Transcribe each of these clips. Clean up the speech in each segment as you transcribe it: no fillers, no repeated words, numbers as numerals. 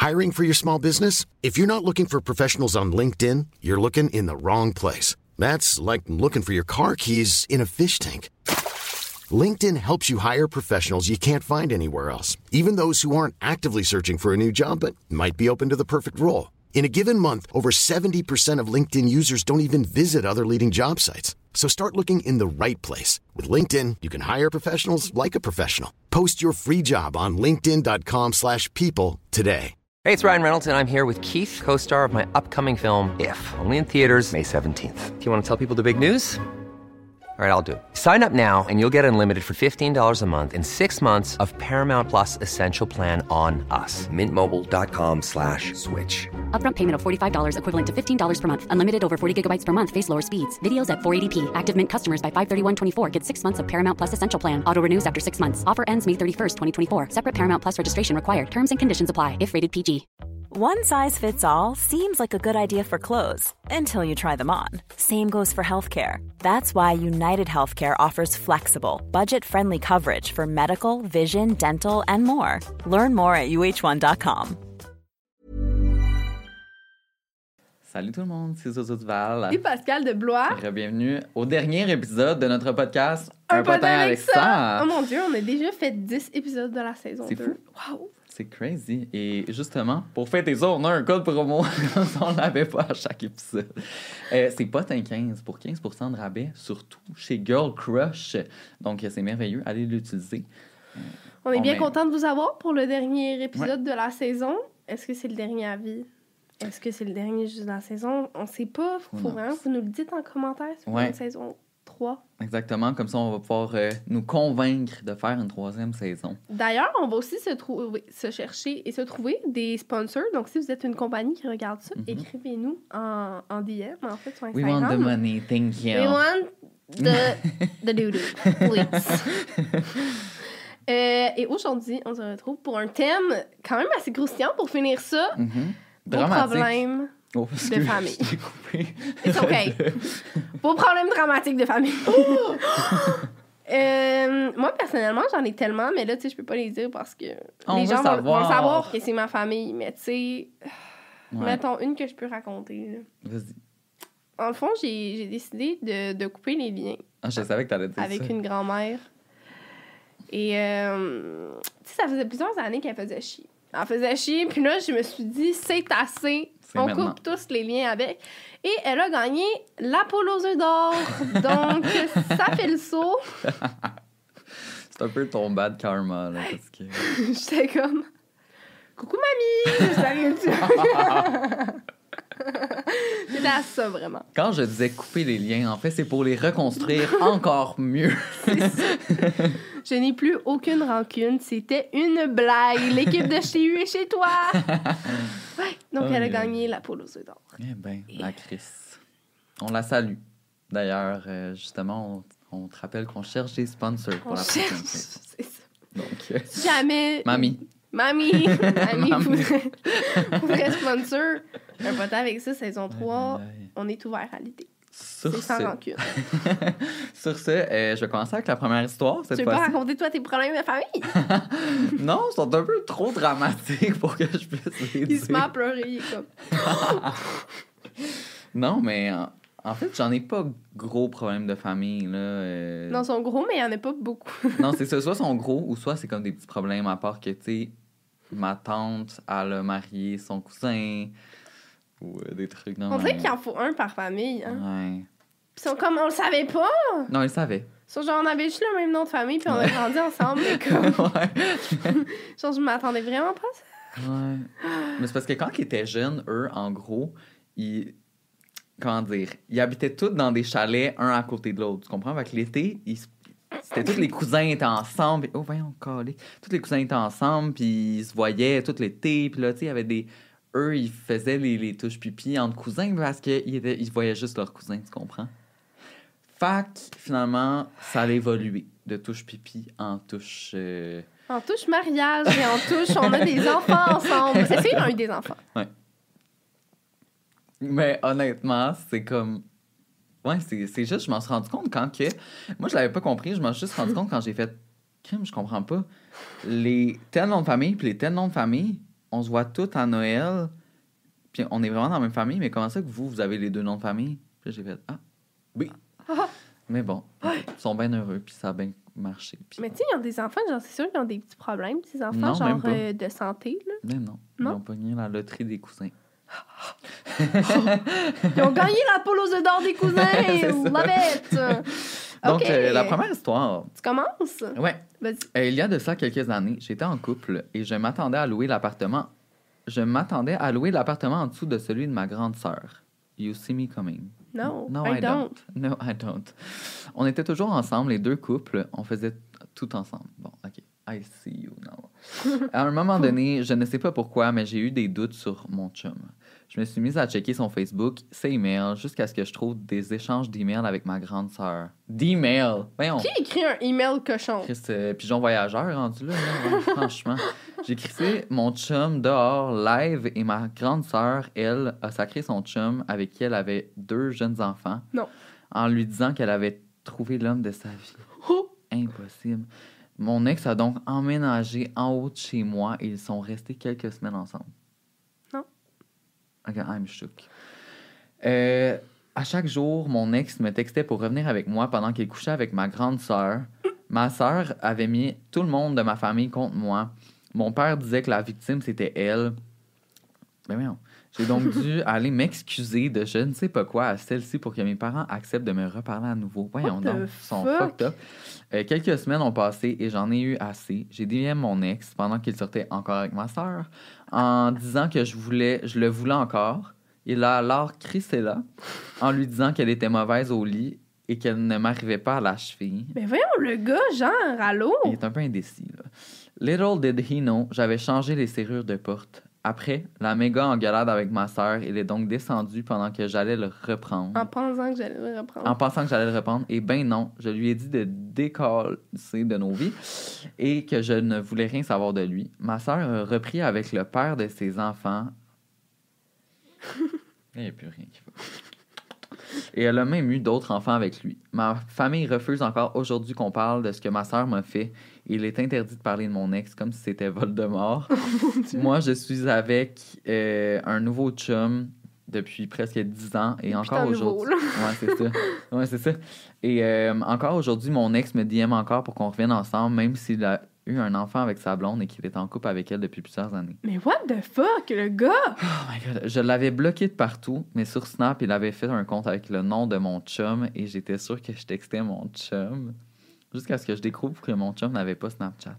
Hiring for your small business? If you're not looking for professionals on LinkedIn, you're looking in the wrong place. That's like looking for your car keys in a fish tank. LinkedIn helps you hire professionals you can't find anywhere else, even those who aren't actively searching for a new job but might be open to the perfect role. In a given month, over 70% of LinkedIn users don't even visit other leading job sites. So start looking in the right place. With LinkedIn, you can hire professionals like a professional. Post your free job on linkedin.com/people today. Hey, it's Ryan Reynolds, and I'm here with Keith, co-star of my upcoming film, If, only in theaters May 17th. Do you want to tell people the big news? All right, I'll do it. Sign up now and you'll get unlimited for $15 a month and 6 months of Paramount Plus Essential Plan on us. MintMobile.com/switch. Upfront payment of $45 equivalent to $15 per month. Unlimited over 40 gigabytes per month. Face lower speeds. Videos at 480p. Active Mint customers by 531.24 get 6 months of Paramount Plus Essential Plan. Auto renews after 6 months. Offer ends May 31st, 2024. Separate Paramount Plus registration required. Terms and conditions apply if rated PG. One size fits all seems like a good idea for clothes until you try them on. Same goes for healthcare. That's why United Healthcare offers flexible, budget-friendly coverage for medical, vision, dental, and more. Learn more at uh1.com. Salut tout le monde, c'est Zozo Duval. Et Pascal de Blois. Bienvenue au dernier épisode de notre podcast Un potin avec ça. Oh mon Dieu, on a déjà fait 10 épisodes de la saison 2. C'est fou. Wow. C'est crazy. Et justement, pour fêter ça, on a un code promo comme ça, on l'avait pas à chaque épisode. C'est potin 15 pour 15% de rabais, surtout chez Girl Crush. Donc, c'est merveilleux. Allez l'utiliser. On est bien content de vous avoir pour le dernier épisode de la saison. Est-ce que c'est le dernier à vie? Est-ce que c'est le dernier juste de la saison? On sait pas. Faut vraiment vous nous le dites en commentaire sur une saison 3. Exactement. Comme ça, on va pouvoir nous convaincre de faire une 3e saison. D'ailleurs, on va aussi se chercher et se trouver des sponsors. Donc, si vous êtes une compagnie qui regarde ça, écrivez-nous en DM, en fait, sur Instagram. We want the money, thank you. We want the doo-doo, please. Et aujourd'hui, on se retrouve pour un thème quand même assez croustillant pour finir ça. Vos problèmes de famille. It's okay. Vos problèmes dramatiques de famille. Moi, personnellement, j'en ai tellement, mais là, tu sais, je peux pas les dire parce que les gens vont savoir que c'est ma famille. Mais tu sais, mettons une que je peux raconter. Là. Vas-y. En le fond, j'ai décidé de couper les liens. Ah, je savais que t'allais dire avec ça. une grand-mère. Et, tu sais, ça faisait plusieurs années qu'elle faisait chier. Elle faisait chier, puis là, je me suis dit, c'est assez. On coupe tous les liens avec. Et elle a gagné l'Apollo aux œufs d'or. Donc, ça fait le saut. C'est un peu ton bad karma, là, parce que... J'étais comme, coucou mamie! C'était à ça, vraiment. Quand je disais couper les liens, en fait, c'est pour les reconstruire encore mieux. Je n'ai plus aucune rancune. C'était une blague. L'équipe de chez U est chez toi. Ouais. Donc, elle a gagné l'Apollo aux œufs d'or. Eh bien, la Chris. On la salue. D'ailleurs, justement, on te rappelle qu'on cherche des sponsors pour la prochaine saison. C'est ça. Donc, jamais... Mamie, voudrait sponsor. Un potin avec ça, saison 3, on est ouvert à l'idée. C'est sans rancune. Sur ce, je vais commencer avec la première histoire. Tu veux pas raconter, toi, tes problèmes de famille? Non, ils sont un peu trop dramatiques pour que je puisse les dire. Il se met à pleurer, il est comme... Non, mais en fait, j'en ai pas gros problèmes de famille. Là, Non, ils sont gros, mais il y en a pas beaucoup. Non, c'est ça. Soit ils sont gros ou soit c'est comme des petits problèmes à part que, tu sais, ma tante, elle a marié son cousin... ou des trucs. On dirait qu'il en faut un par famille. Hein? Ouais. Puis ils sont comme, on le savait pas. Non, ils le savaient. Genre, on avait juste le même nom de famille, puis on a grandi ensemble. Mais comme... Genre, je m'attendais vraiment pas à ça. Ouais. Mais c'est parce que quand ils étaient jeunes, eux, en gros, ils... Comment dire? Ils habitaient tous dans des chalets, un à côté de l'autre. Tu comprends? Avec l'été, c'était tous les cousins étaient ensemble. Oh, voyons, calé. Tous les cousins étaient ensemble, puis ils se voyaient tout l'été. Puis là, tu sais, il y avait des... Eux, ils faisaient les touches pipi entre cousins parce qu'ils voyaient juste leurs cousins, tu comprends? Fait que, finalement, ça a évolué de touche pipi en touche... En touche mariage et en touche, on a des enfants ensemble. Est-ce qu'ils ont eu des enfants? Ouais. Mais honnêtement, c'est comme... Ouais, c'est juste, je m'en suis rendu compte quand que... Moi, je l'avais pas compris, je m'en suis juste rendu compte quand j'ai fait... Crime, je comprends pas. Les tels noms de famille puis les tels noms de famille, on se voit toutes à Noël, puis on est vraiment dans la même famille, mais comment ça que vous avez les 2 noms de famille? Puis là, j'ai fait, oui. Mais bon, ils sont bien heureux, puis ça a bien marché. Puis... Mais tu sais, ils ont des enfants, genre, c'est sûr qu'ils ont des petits problèmes, ces enfants, non, genre de santé, là. Mais non, ils ont pogné la loterie des cousins. Ils ont gagné la poule aux œufs d'or des cousins! Love it! Donc, okay. la première histoire... Tu commences? Ouais. Vas-y. Il y a de ça quelques années, j'étais en couple et je m'attendais à louer l'appartement. Je m'attendais à louer l'appartement en dessous de celui de ma grande sœur. You see me coming. No, I don't. No, I don't. On était toujours ensemble, les 2 couples. On faisait tout ensemble. Bon, OK. I see you now. À un moment donné, je ne sais pas pourquoi, mais j'ai eu des doutes sur mon chum. Je me suis mise à checker son Facebook, ses emails, jusqu'à ce que je trouve des échanges d'emails avec ma grande sœur. D'emails! Voyons. Qui écrit un email cochon? Pigeon voyageur rendu là, ouais, franchement. J'ai crissé mon chum dehors live et ma grande sœur, elle, a sacré son chum avec qui elle avait 2 jeunes enfants. Non. En lui disant qu'elle avait trouvé l'homme de sa vie. Oh. Impossible. Mon ex a donc emménagé en haut de chez moi et ils sont restés quelques semaines ensemble. Non. OK, I'm shook. À chaque jour, mon ex me textait pour revenir avec moi pendant qu'il couchait avec ma grande sœur. Ma sœur avait mis tout le monde de ma famille contre moi. Mon père disait que la victime, c'était elle. Ben voyons. J'ai donc dû aller m'excuser de je ne sais pas quoi à celle-ci pour que mes parents acceptent de me reparler à nouveau. Voyons donc, ils sont fucked up. Quelques semaines ont passé et j'en ai eu assez. J'ai DM mon ex pendant qu'il sortait encore avec ma sœur en disant que je le voulais encore. Il a alors crissé là en lui disant qu'elle était mauvaise au lit et qu'elle ne m'arrivait pas à la cheville. Ben voyons, le gars, genre, allô? Il est un peu indécis, là. Little did he know, j'avais changé les serrures de porte. Après, la méga engueulade avec ma sœur, il est donc descendu pendant que j'allais le reprendre. En pensant que j'allais le reprendre. En pensant que j'allais le reprendre. Et ben non, je lui ai dit de décoller de nos vies et que je ne voulais rien savoir de lui. Ma sœur a repris avec le père de ses enfants. Il n'y a plus rien qui va. Et elle a même eu d'autres enfants avec lui. Ma famille refuse encore aujourd'hui qu'on parle de ce que ma sœur m'a fait. Il est interdit de parler de mon ex comme si c'était Voldemort. Moi, je suis avec un nouveau chum depuis presque 10 ans. Et encore aujourd'hui... Ouais, c'est ça. Et encore aujourd'hui, mon ex me DM encore pour qu'on revienne ensemble, même s'il a eu un enfant avec sa blonde et qu'il est en couple avec elle depuis plusieurs années. Mais what the fuck, le gars? Oh my God. Je l'avais bloqué de partout, mais sur Snap, il avait fait un compte avec le nom de mon chum et j'étais sûre que je textais mon chum jusqu'à ce que je découvre que mon chum n'avait pas Snapchat.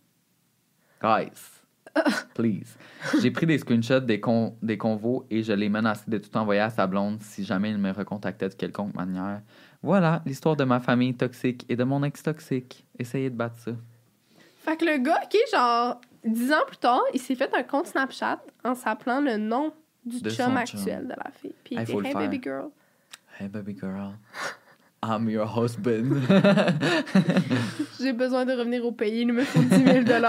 Guys, please. J'ai pris des screenshots des convos et je l'ai menacé de tout envoyer à sa blonde si jamais il me recontactait de quelconque manière. Voilà l'histoire de ma famille toxique et de mon ex toxique. Essayez de battre ça. Fait que le gars, qui genre, 10 ans plus tard, il s'est fait un compte Snapchat en s'appelant le nom du chum actuel de la fille. Puis il dit « Hey, baby girl. » Hey, baby girl. I'm your husband. J'ai besoin de revenir au pays, il me faut 10 000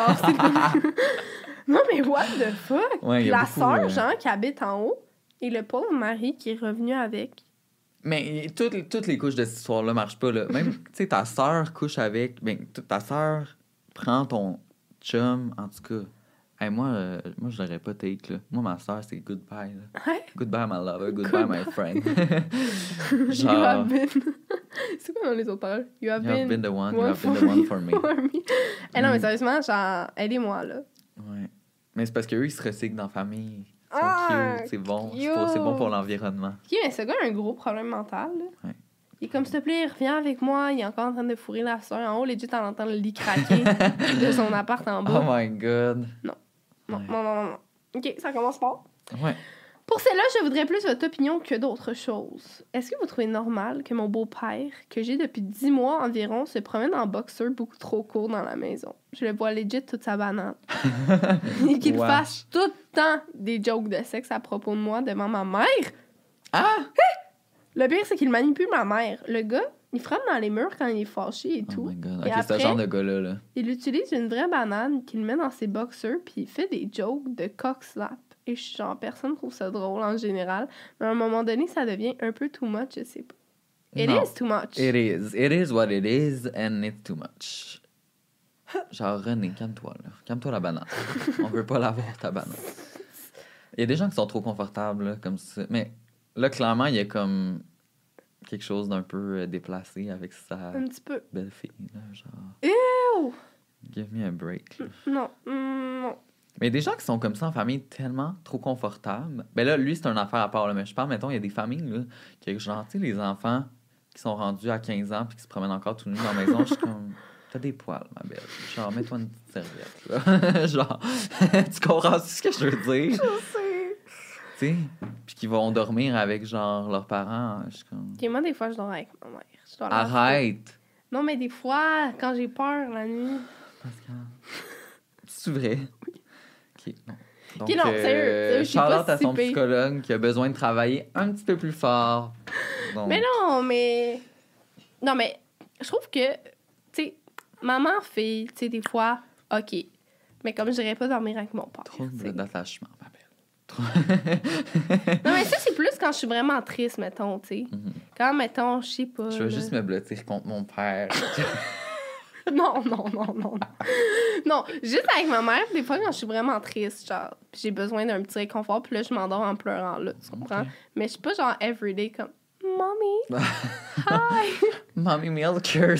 Non, mais what the fuck? Ouais, la sœur, genre, qui habite en haut, et le pauvre mari qui est revenu avec. Mais toutes les couches de cette histoire-là marchent pas, là. Même, tu sais, ta sœur couche avec... Ben, ta sœur prend ton chum, en tout cas. Hey, moi, je l'aurais pas take, là. Moi, ma sœur, c'est goodbye, là. Ouais. Goodbye, my lover. Goodbye, my friend. You have been... C'est quoi dans les autres paroles? You have been the one. You have been the one for me. Eh non, mais sérieusement, genre, aidez-moi, là. Ouais. Mais c'est parce qu'eux, ils se recyclent dans la famille. Ils sont cute. C'est bon. Cute. C'est bon pour l'environnement. OK, mais ce gars a un gros problème mental, là. Ouais. Il est comme, s'il te plaît, reviens avec moi. Il est encore en train de fourrer la sœur. En haut, legit, on entend le lit craquer de son appart en bas. Oh my God. Non. Non, Ouais. non. OK, ça commence fort. Ouais. Pour celle-là, je voudrais plus votre opinion que d'autres choses. Est-ce que vous trouvez normal que mon beau-père, que j'ai depuis 10 mois environ, se promène en boxeur beaucoup trop court dans la maison? Je le vois legit toute sa banane. Et qu'il fasse tout le temps des jokes de sexe à propos de moi devant ma mère. Ah! Le pire, c'est qu'il manipule ma mère. Le gars, il frappe dans les murs quand il est fâché et tout. Oh my God. Et OK, c'est ce genre de gars-là, là. Il utilise une vraie banane qu'il met dans ses boxers puis il fait des jokes de cock slap. Et je suis genre, personne trouve ça drôle en général. Mais à un moment donné, ça devient un peu too much, je sais pas. It Non. is too much. It is. It is what it is, and it's too much. Genre, René, calme-toi, là. Calme-toi la banane. On veut pas l'avoir, ta banane. Il y a des gens qui sont trop confortables, là, comme ça. Mais là, clairement, il y a comme quelque chose d'un peu déplacé avec sa Un petit peu. belle fille, là, genre... Ew! Give me a break, là. Non, non. Mais il y a des gens qui sont comme ça en famille tellement trop confortables. Ben là, lui, c'est une affaire à part, là. Mais je parle, mettons, il y a des familles, là, qui, genre, tu sais, les enfants qui sont rendus à 15 ans puis qui se promènent encore tout nus dans la maison, je suis comme... T'as des poils, ma belle. Genre, mets-toi une petite serviette, là. Genre, tu comprends ce que je veux dire? Je sais. Tu sais, puis qu'ils vont dormir avec, genre, leurs parents. Je suis comme... Ok, moi, des fois, je dors avec ma mère. Je dors là. Arrête! Non, mais des fois, quand j'ai peur la nuit. Pascal. C'est vrai? Oui. OK, non. Donc, Ok, non, sérieux, je suis pas shout-out à son si pire. psychologue qui a besoin de travailler un petit peu plus fort. Donc, Mais non, mais... Non, mais je trouve que, tu sais, maman, fille, tu sais, des fois, OK. Mais comme je dirais pas dormir avec mon père. trouble t'sais. d'attachement, ma belle. Non, mais ça, c'est plus quand je suis vraiment triste, mettons, tu sais. Quand, mettons, je sais pas... Je veux là. juste me blottir contre mon père. Non. Non, juste avec ma mère, des fois, quand je suis vraiment triste, genre, pis j'ai besoin d'un petit réconfort, puis là, je m'endors en pleurant, là, tu comprends? Ok. Mais je suis pas genre everyday comme « Mommy, hi, Mommy Milker.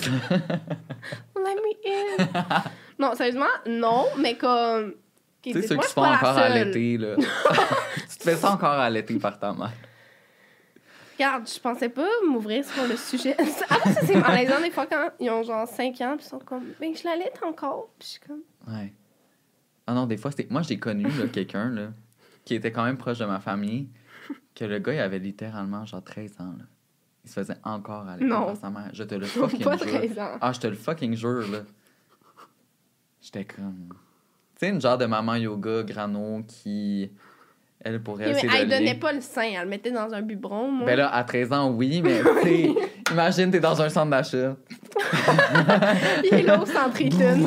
let me in. » Non, sérieusement, non, mais comme... Tu sais, ceux moi, qui je se suis font pas la encore seule. allaiter, là. Tu te fais ça encore allaiter par ta mère. Regarde, je pensais pas m'ouvrir sur le sujet. Après, ça, c'est malaisant des fois quand ils ont genre 5 ans, puis ils sont comme « Ben, je l'allaite encore. » Puis je suis comme... Ouais. Ah non, des fois, c'était... Moi, j'ai connu là, quelqu'un là, qui était quand même proche de ma famille, que le gars, il avait littéralement genre 13 ans. Là. Il se faisait encore allaiter Non. par sa mère. Je te le fucking Pas jure. 13 ans. Ah, je te le fucking jure, là. J'étais comme... Tu sais, une genre de maman yoga grano qui... Elle, pour elle, Mais c'est elle de donnait lait. pas le sein, elle le mettait dans un biberon, moi. Ben là, à 13 ans, oui, mais tu sais, imagine, t'es dans un centre d'achat. Il est là au centre Eaton.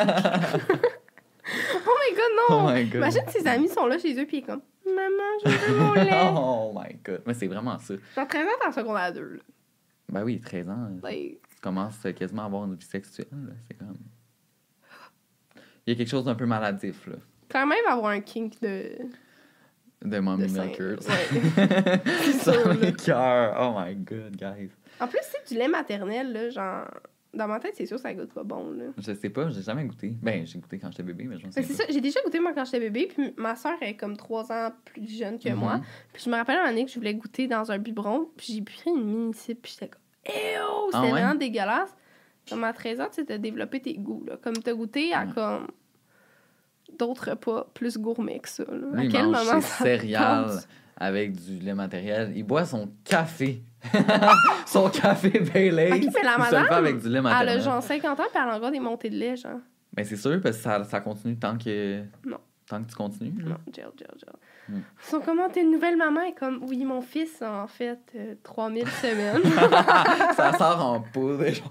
Oh my god, non! Oh my God. Imagine ses amis sont là chez eux, puis il est comme « Maman, je veux mon lait. » Oh my god. Mais c'est vraiment ça. Genre 13 ans, t'es en secondaire 2, là. Ben oui, 13 ans, Like, tu commences quasiment à avoir une vie sexuelle. Là. C'est comme... Il y a quelque chose d'un peu maladif, là. clairement, il va avoir un kink de Mommy sein. Milkers. Ouais. Ça sûr, là. m'écoeure. Oh my god, guys. En plus, c'est du lait maternel, là, genre... Dans ma tête, c'est sûr que ça goûte pas bon, là. Je sais pas, j'ai jamais goûté. Ben, j'ai goûté quand j'étais bébé, mais je m'en C'est souviens ça, j'ai déjà goûté, moi, quand j'étais bébé, puis ma soeur est comme 3 ans plus jeune que Mhm. moi. Puis je me rappelle un année que je voulais goûter dans un biberon, puis j'ai pris une mini-cipe, puis j'étais comme « Ew! » C'était Ah ouais? vraiment dégueulasse. Comme à 13 ans, tu sais, t'as développé tes goûts, là. Comme t'as goûté à, comme, d'autres repas plus gourmets que ça, là. Lui, il mange ses céréales avec du lait matériel. Il boit son café. Son café Baileys. Ok, mais la il se le madame, fait avec du lait elle matériel. a genre 50 ans, puis elle a encore des montées de lait, genre. Mais c'est sûr, parce que ça continue tant que... Non. Tant que tu continues. Là. Non, gel. Mm. Ils sont comment, t'es une nouvelle maman? Et comme, oui, mon fils a en fait 3000 semaines. Ça sort en poudre. Genre.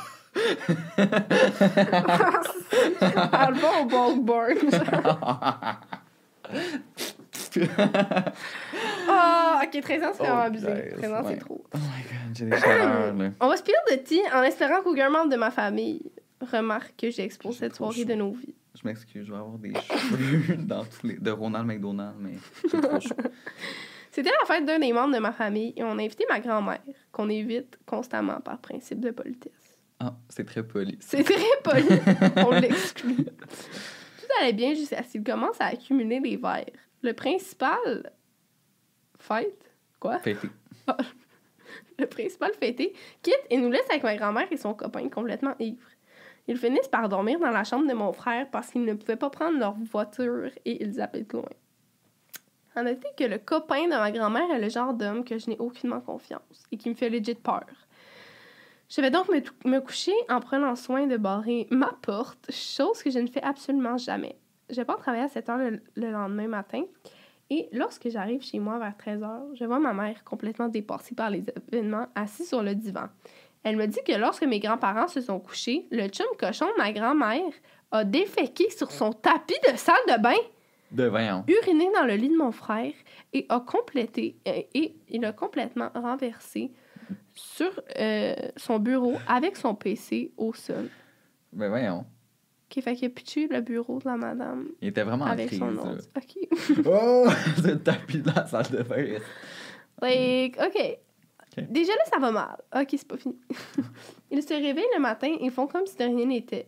Parle pas au bulk barn. Ah, ok, 13 ans, c'est vraiment abusé. guys, 13 ans, ouais. c'est trop. Oh my god, j'ai des chaleurs, là. On va se de tea en espérant qu'aucun membre de ma famille remarque que j'ai exposé cette trop soirée chaud. de nos vies. Je m'excuse, je vais avoir des cheveux dans tous les... de Ronald McDonald, mais j'ai trop chaud. C'était la fête d'un des membres de ma famille et on a invité ma grand-mère, qu'on évite constamment par principe de politesse. Ah, c'est très poli. C'est très poli, on l'exclut. Tout allait bien jusqu'à ce qu'il commence à accumuler les verres. Le principal... Fête? Quoi? Fêté. Le principal fêté quitte et nous laisse avec ma grand-mère et son copain complètement ivres. Ils finissent par dormir dans la chambre de mon frère parce qu'ils ne pouvaient pas prendre leur voiture et ils habitent loin. À noter que le copain de ma grand-mère est le genre d'homme que je n'ai aucunement confiance et qui me fait legit peur. Je vais donc me coucher en prenant soin de barrer ma porte, chose que je ne fais absolument jamais. Je pars travailler à 7 h le lendemain matin et lorsque j'arrive chez moi vers 13 h, je vois ma mère complètement dépassée par les événements, assise sur le divan. Elle me dit que lorsque mes grands-parents se sont couchés, le chum cochon de ma grand-mère a déféqué sur son tapis de salle de bain, De voyons. uriné dans le lit de mon frère et il a complètement renversé sur son bureau avec son PC au sol. Ben voyons. OK, fait qu'il a pitché le bureau de la madame. Il était vraiment en avec crise. son nom. Là. OK. Oh! C'est le tapis de la salle de bain. Like, OK. Déjà là, ça va mal. OK, c'est pas fini. Ils se réveillent le matin et font comme si de rien n'était.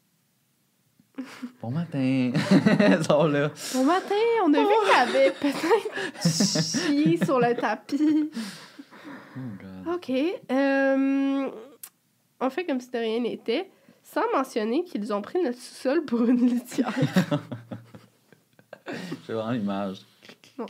Bon matin. Ils sont là. Bon matin, on a vu qu'il y avait peut-être chié sur le tapis. Oh, God. OK. On fait comme si de rien n'était, sans mentionner qu'ils ont pris notre sous-sol pour une litière. J'ai vraiment l'image. Non.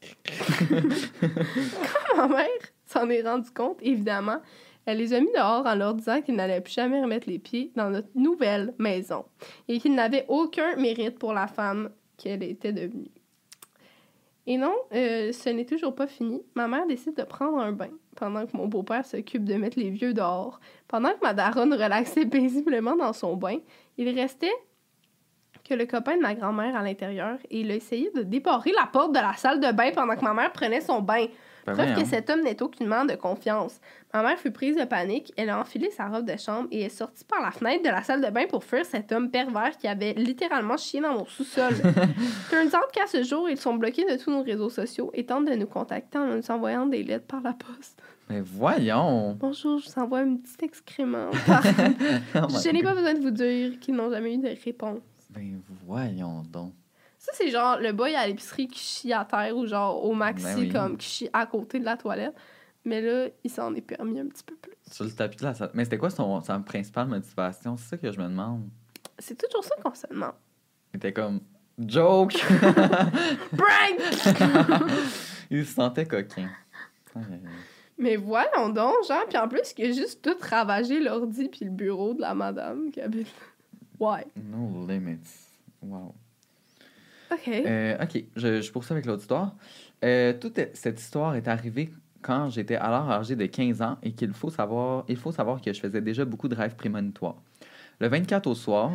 Quand ma mère s'en est rendue compte, évidemment, elle les a mis dehors en leur disant qu'ils n'allaient plus jamais remettre les pieds dans notre nouvelle maison et qu'ils n'avaient aucun mérite pour la femme qu'elle était devenue. Et non, ce n'est toujours pas fini. Ma mère décide de prendre un bain pendant que mon beau-père s'occupe de mettre les vieux dehors. Pendant que ma daronne relaxait paisiblement dans son bain, il restait que le copain de ma grand-mère à l'intérieur et il a essayé de débarrer la porte de la salle de bain pendant que ma mère prenait son bain. Preuve que cet homme n'est aucunement de confiance. Ma mère fut prise de panique, elle a enfilé sa robe de chambre et est sortie par la fenêtre de la salle de bain pour fuir cet homme pervers qui avait littéralement chié dans mon sous-sol. Turns out qu'à ce jour, ils sont bloqués de tous nos réseaux sociaux et tentent de nous contacter en nous envoyant des lettres par la poste. Mais voyons! Bonjour, je vous envoie un petit excrément. Oh Je n'ai pas besoin de vous dire qu'ils n'ont jamais eu de réponse. Ben voyons donc. Ça, c'est genre le boy à l'épicerie qui chie à terre ou genre au maxi, Ben oui. comme qui chie à côté de la toilette. Mais là, il s'en est permis un petit peu plus. Sur le tapis de la salle. Mais c'était quoi sa principale motivation? C'est ça que je me demande. C'est toujours ça qu'on se demande. Il était comme joke! Prank! Il se sentait coquin. Mais voyons donc, genre, puis en plus, il a juste tout ravagé l'ordi puis le bureau de la madame qui habite. Ouais. No limits. Wow. OK. OK, je poursuis avec l'autre histoire. Toute cette histoire est arrivée quand j'étais alors âgé de 15 ans et il faut savoir que je faisais déjà beaucoup de rêves prémonitoires. Le 24 au soir,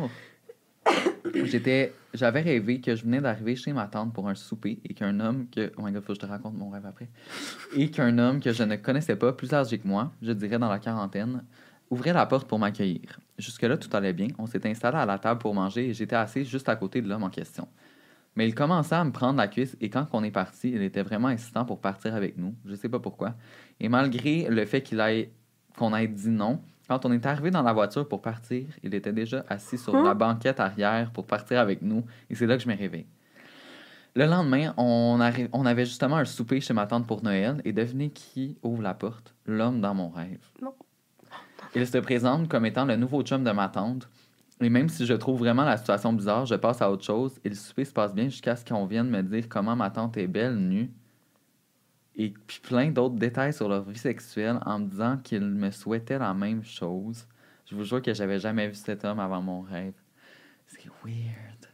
j'avais rêvé que je venais d'arriver chez ma tante pour un souper et qu'un homme que... Oh my God, faut que je te raconte mon rêve après. Et qu'un homme que je ne connaissais pas, plus âgé que moi, je dirais dans la quarantaine, ouvrait la porte pour m'accueillir. Jusque-là, tout allait bien. On s'était installé à la table pour manger et j'étais assis juste à côté de l'homme en question. Mais il commençait à me prendre la cuisse et quand on est parti, il était vraiment insistant pour partir avec nous. Je sais pas pourquoi. Et malgré le fait qu'on ait dit non, quand on est arrivé dans la voiture pour partir, il était déjà assis sur la banquette arrière pour partir avec nous et c'est là que je me réveille. Le lendemain, on avait justement un souper chez ma tante pour Noël et devinez qui ouvre la porte? L'homme dans mon rêve. Non. Il se présente comme étant le nouveau chum de ma tante. Et même si je trouve vraiment la situation bizarre, je passe à autre chose et le souper se passe bien jusqu'à ce qu'on vienne me dire comment ma tante est belle, nue. Et puis plein d'autres détails sur leur vie sexuelle en me disant qu'ils me souhaitaient la même chose. Je vous jure que j'avais jamais vu cet homme avant mon rêve. C'est weird.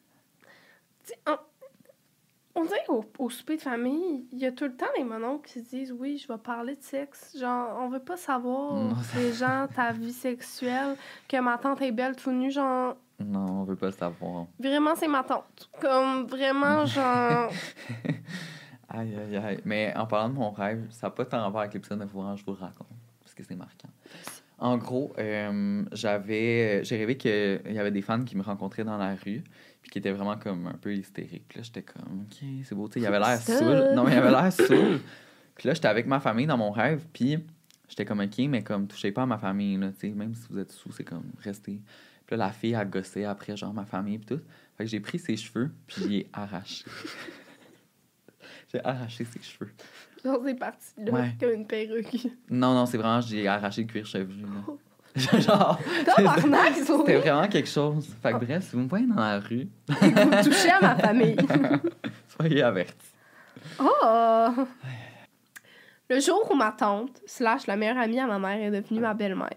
On dirait qu'au souper de famille, il y a tout le temps les mononcles qui se disent « Oui, je vais parler de sexe. » Genre, on veut pas savoir, les gens, ta vie sexuelle, que ma tante est belle tout nue, genre... Non, on veut pas le savoir. Vraiment, c'est ma tante. Comme, vraiment, genre... Aïe, aïe, aïe. Mais en parlant de mon rêve, ça n'a pas tant à voir avec l'épisode, mais je vous le raconte, parce que c'est marquant. En gros, j'ai rêvé qu'il y avait des fans qui me rencontraient dans la rue, puis qui étaient vraiment comme un peu hystériques. Puis là, j'étais comme, OK, c'est beau, tu sais, il avait l'air saoul. Non, mais il avait l'air saoul. Puis là, j'étais avec ma famille dans mon rêve, puis j'étais comme, OK, mais comme, touchez pas à ma famille, là, tu sais, même si vous êtes sous, c'est comme, restez. Puis là, la fille a gossé après, genre, ma famille, puis tout. Fait que j'ai pris ses cheveux, puis j'y ai arraché. J'ai arraché ses cheveux. Genre, c'est parti là, Ouais. comme une perruque. Non, c'est vraiment, j'ai arraché le cuir chevelu, là. Genre, Tabarnak, c'était vraiment quelque chose. Fait que bref, si vous me voyez dans la rue, vous touchez à ma famille. soyez avertis. Oh! Le jour où ma tante, / la meilleure amie à ma mère, est devenue ma belle-mère.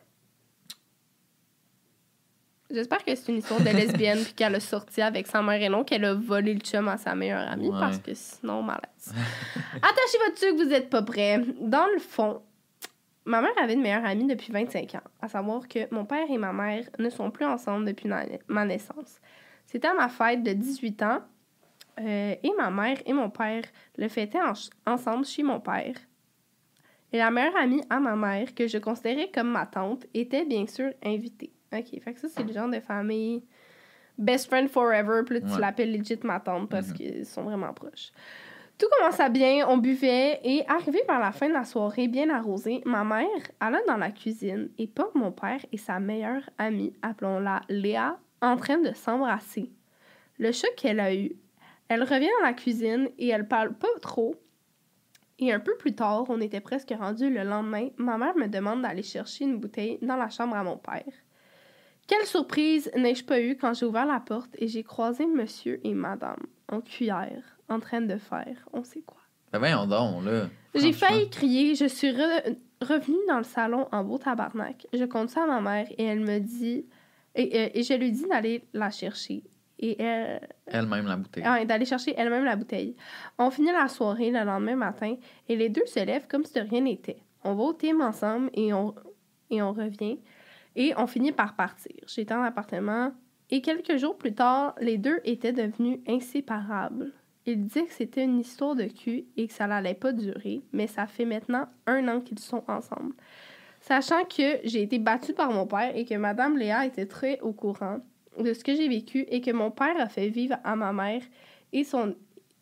J'espère que c'est une histoire de lesbienne puis qu'elle a sorti avec sa mère et non qu'elle a volé le chum à sa meilleure amie Ouais. parce que sinon, malaise. Attachez votre tuque, vous êtes pas prêts. Dans le fond, ma mère avait une meilleure amie depuis 25 ans, à savoir que mon père et ma mère ne sont plus ensemble depuis ma naissance. C'était à ma fête de 18 ans et ma mère et mon père le fêtaient ensemble chez mon père. Et la meilleure amie à ma mère, que je considérais comme ma tante, était bien sûr invitée. OK, fait que ça, c'est le genre de famille best friend forever. Puis là, tu Ouais. l'appelles legit ma tante parce qu'ils sont vraiment proches. Tout commença bien, on buvait et arrivé vers la fin de la soirée, bien arrosée, ma mère alla dans la cuisine et porte mon père et sa meilleure amie, appelons-la Léa, en train de s'embrasser. Le choc qu'elle a eu, elle revient dans la cuisine et elle parle pas trop. Et un peu plus tard, on était presque rendu le lendemain, ma mère me demande d'aller chercher une bouteille dans la chambre à mon père. Quelle surprise n'ai-je pas eue quand j'ai ouvert la porte et j'ai croisé monsieur et madame en cuillère, en train de faire on sait quoi. Ben voyons donc, là. J'ai Franchement. failli crier, je suis revenue dans le salon en beau tabarnak. Je compte ça à ma mère et elle me dit... Et je lui dis d'aller la chercher. Et elle... Elle-même, la bouteille. d'aller chercher elle-même la bouteille. On finit la soirée le lendemain matin et les deux se lèvent comme si de rien n'était. On va au team ensemble et on revient. Et on finit par partir. J'étais en appartement et quelques jours plus tard, les deux étaient devenus inséparables. Ils disaient que c'était une histoire de cul et que ça n'allait pas durer, mais ça fait maintenant 1 an qu'ils sont ensemble. Sachant que j'ai été battue par mon père et que Madame Léa était très au courant de ce que j'ai vécu et que mon père a fait vivre à ma mère et son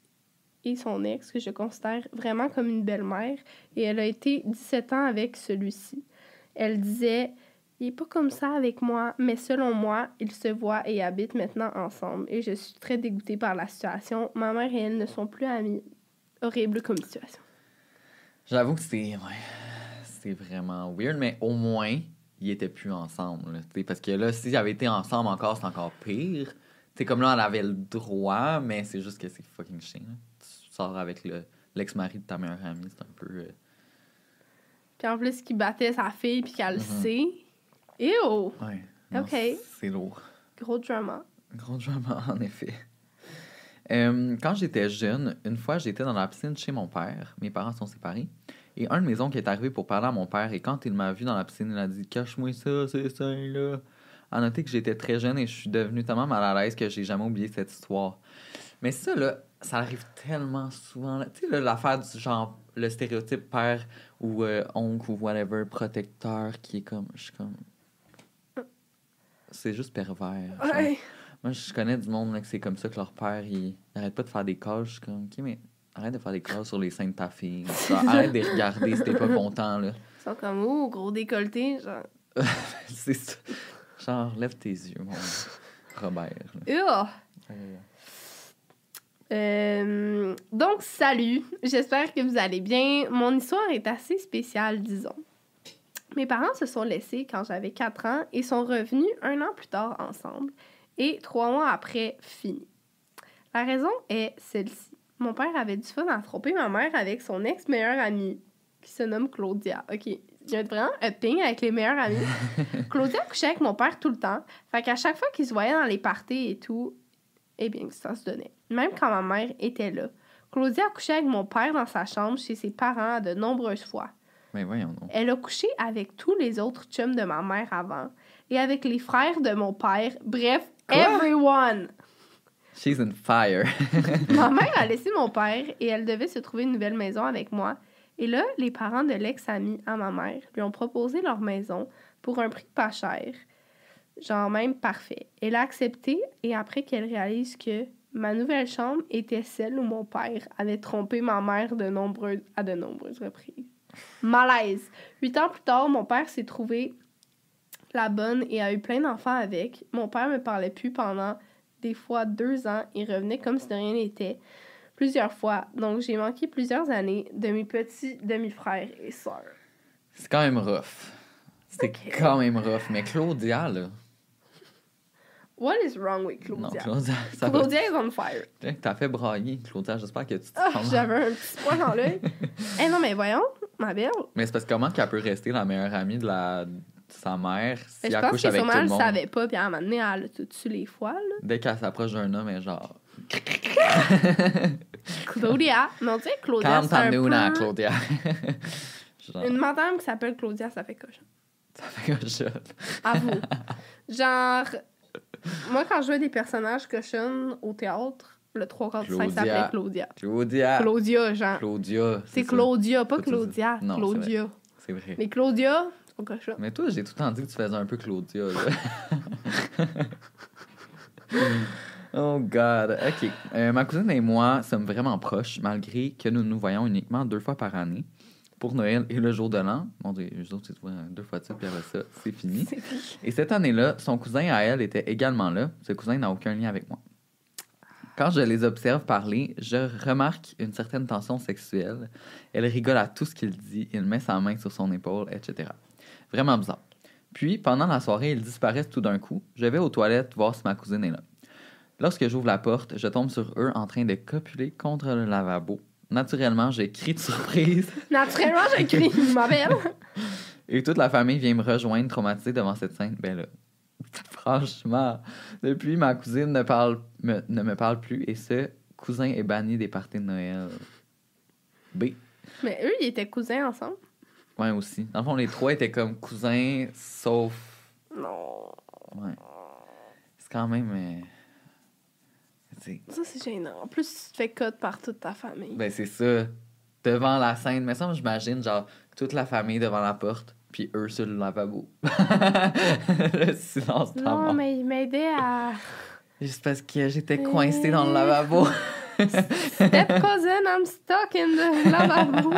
ex, que je considère vraiment comme une belle-mère, et elle a été 17 ans avec celui-ci. Elle disait... Il n'est pas comme ça avec moi, mais selon moi, ils se voient et habitent maintenant ensemble. Et je suis très dégoûtée par la situation. Ma mère et elle ne sont plus amies. Horrible comme situation. J'avoue que c'est vraiment weird, mais au moins, ils étaient plus ensemble. Là, parce que là, s'ils avaient été ensemble encore, c'est encore pire. T'sais, comme là, elle avait le droit, mais c'est juste que c'est fucking chiant. Tu sors avec l'ex-mari de ta meilleure amie, c'est un peu... Puis en plus, qu'il battait sa fille puis qu'elle le sait. Ew! Ouais. Non, OK. C'est lourd. Gros drama. Gros drama, en effet. Quand j'étais jeune, une fois, j'étais dans la piscine chez mon père. Mes parents sont séparés. Et un de mes oncles est arrivé pour parler à mon père. Et quand il m'a vu dans la piscine, il a dit « Cache-moi ça, c'est ça, là. » À noter que j'étais très jeune et je suis devenue tellement mal à l'aise que j'ai jamais oublié cette histoire. Mais ça, là, ça arrive tellement souvent. Là. Tu sais, là, l'affaire du genre, le stéréotype père ou oncle ou whatever, protecteur, qui est comme... Je suis comme... C'est juste pervers. Genre. Ouais. Moi, je connais du monde là, que c'est comme ça que leur père, il arrête pas de faire des cases. Je suis comme, OK, mais arrête de faire des cases sur les seins de ta fille. Genre, arrête de les regarder si t'es pas content, là. Ils sont comme, oh, gros décolleté, genre. C'est ça. Genre, lève tes yeux, mon Robert. Donc, salut. J'espère que vous allez bien. Mon histoire est assez spéciale, disons. Mes parents se sont laissés quand j'avais 4 ans et sont revenus 1 an plus tard ensemble. Et 3 mois après, fini. La raison est celle-ci. Mon père avait du fun à tromper ma mère avec son ex-meilleure amie, qui se nomme Claudia. OK, il y a vraiment un thing avec les meilleures amies. Claudia couchait avec mon père tout le temps. Fait qu'à chaque fois qu'ils se voyaient dans les parties et tout, eh bien, ça se donnait. Même quand ma mère était là. Claudia couchait avec mon père dans sa chambre chez ses parents de nombreuses fois. Mais voyons donc. Elle a couché avec tous les autres chums de ma mère avant et avec les frères de mon père. Bref, everyone! She's on fire. Ma mère a laissé mon père et elle devait se trouver une nouvelle maison avec moi. Et là, les parents de l'ex-ami à ma mère lui ont proposé leur maison pour un prix pas cher. Genre même parfait. Elle a accepté et après qu'elle réalise que ma nouvelle chambre était celle où mon père avait trompé ma mère à de nombreuses reprises. Malaise. 8 ans plus tard, mon père s'est trouvé la bonne et a eu plein d'enfants avec. Mon père me parlait plus pendant des fois 2 ans et revenait comme si de rien n'était plusieurs fois. Donc, j'ai manqué plusieurs années de mes petits demi-frères et sœurs. C'est quand même rough. C'est quand même rough. Mais Claudia, là... What is wrong with Claudia? Non, Claudia... Claudia is on fire. T'as fait brailler, Claudia. J'espère que tu te Oh, sens... j'avais un petit point dans l'œil. Non, mais voyons, ma belle. Mais c'est parce que comment qu'elle peut rester la meilleure amie de sa mère si Je elle pense couche que avec tout sûrement le elle ne monde? savait pas, puis à un moment donné, elle a tout dessus les fois, là. Dès qu'elle s'approche d'un homme, elle est genre... Claudia. Mais on dirait que Claudia, Calme c'est un ta nouna, peu... Claudia. Genre, Une madame qui s'appelle Claudia, ça fait cochon. ça fait cochon. Avoue. Genre, moi, quand je jouais des personnages cochons au théâtre, le 3/4 du 5 s'appelait Claudia. Claudia, genre. Claudia. C'est ça. Claudia, pas Toi, tu dis- Claudia. Non, Claudia. C'est vrai. Mais Claudia, c'est pas cochon. Mais toi, j'ai tout le temps dit que tu faisais un peu Claudia, là. Oh God. OK. Ma cousine et moi sommes vraiment proches, malgré que nous nous voyons uniquement 2 fois par année. Pour Noël et le jour de l'an. Mon Dieu, eux autres, tu te vois 2 fois de suite, puis après ça, c'est fini. Et cette année-là, son cousin à elle était également là. Ce cousin n'a aucun lien avec moi. Quand je les observe parler, je remarque une certaine tension sexuelle. Elle rigole à tout ce qu'il dit. Il met sa main sur son épaule, etc. Vraiment bizarre. Puis, pendant la soirée, ils disparaissent tout d'un coup. Je vais aux toilettes voir si ma cousine est là. Lorsque j'ouvre la porte, je tombe sur eux en train de copuler contre le lavabo. Naturellement, j'ai crie de surprise. Naturellement, j'ai crie, ma belle. Et toute la famille vient me rejoindre traumatisée devant cette scène. Ben là, franchement, depuis, ma cousine ne me parle plus et ce cousin est banni des parties de Noël. B. Mais eux, ils étaient cousins ensemble. Ouais, aussi. Dans le fond, les 3 étaient comme cousins, sauf... Non. Ouais. C'est quand même... Ça, c'est gênant. En plus, tu te fais cut par toute ta famille. Ben, c'est ça. Devant la scène. Mais ça, j'imagine, genre, toute la famille devant la porte, puis eux sur le lavabo. Le silence de la mort. Non, mais il m'aidait à... Juste parce que j'étais coincée dans le lavabo. Step cousin, I'm stuck in the lavabo.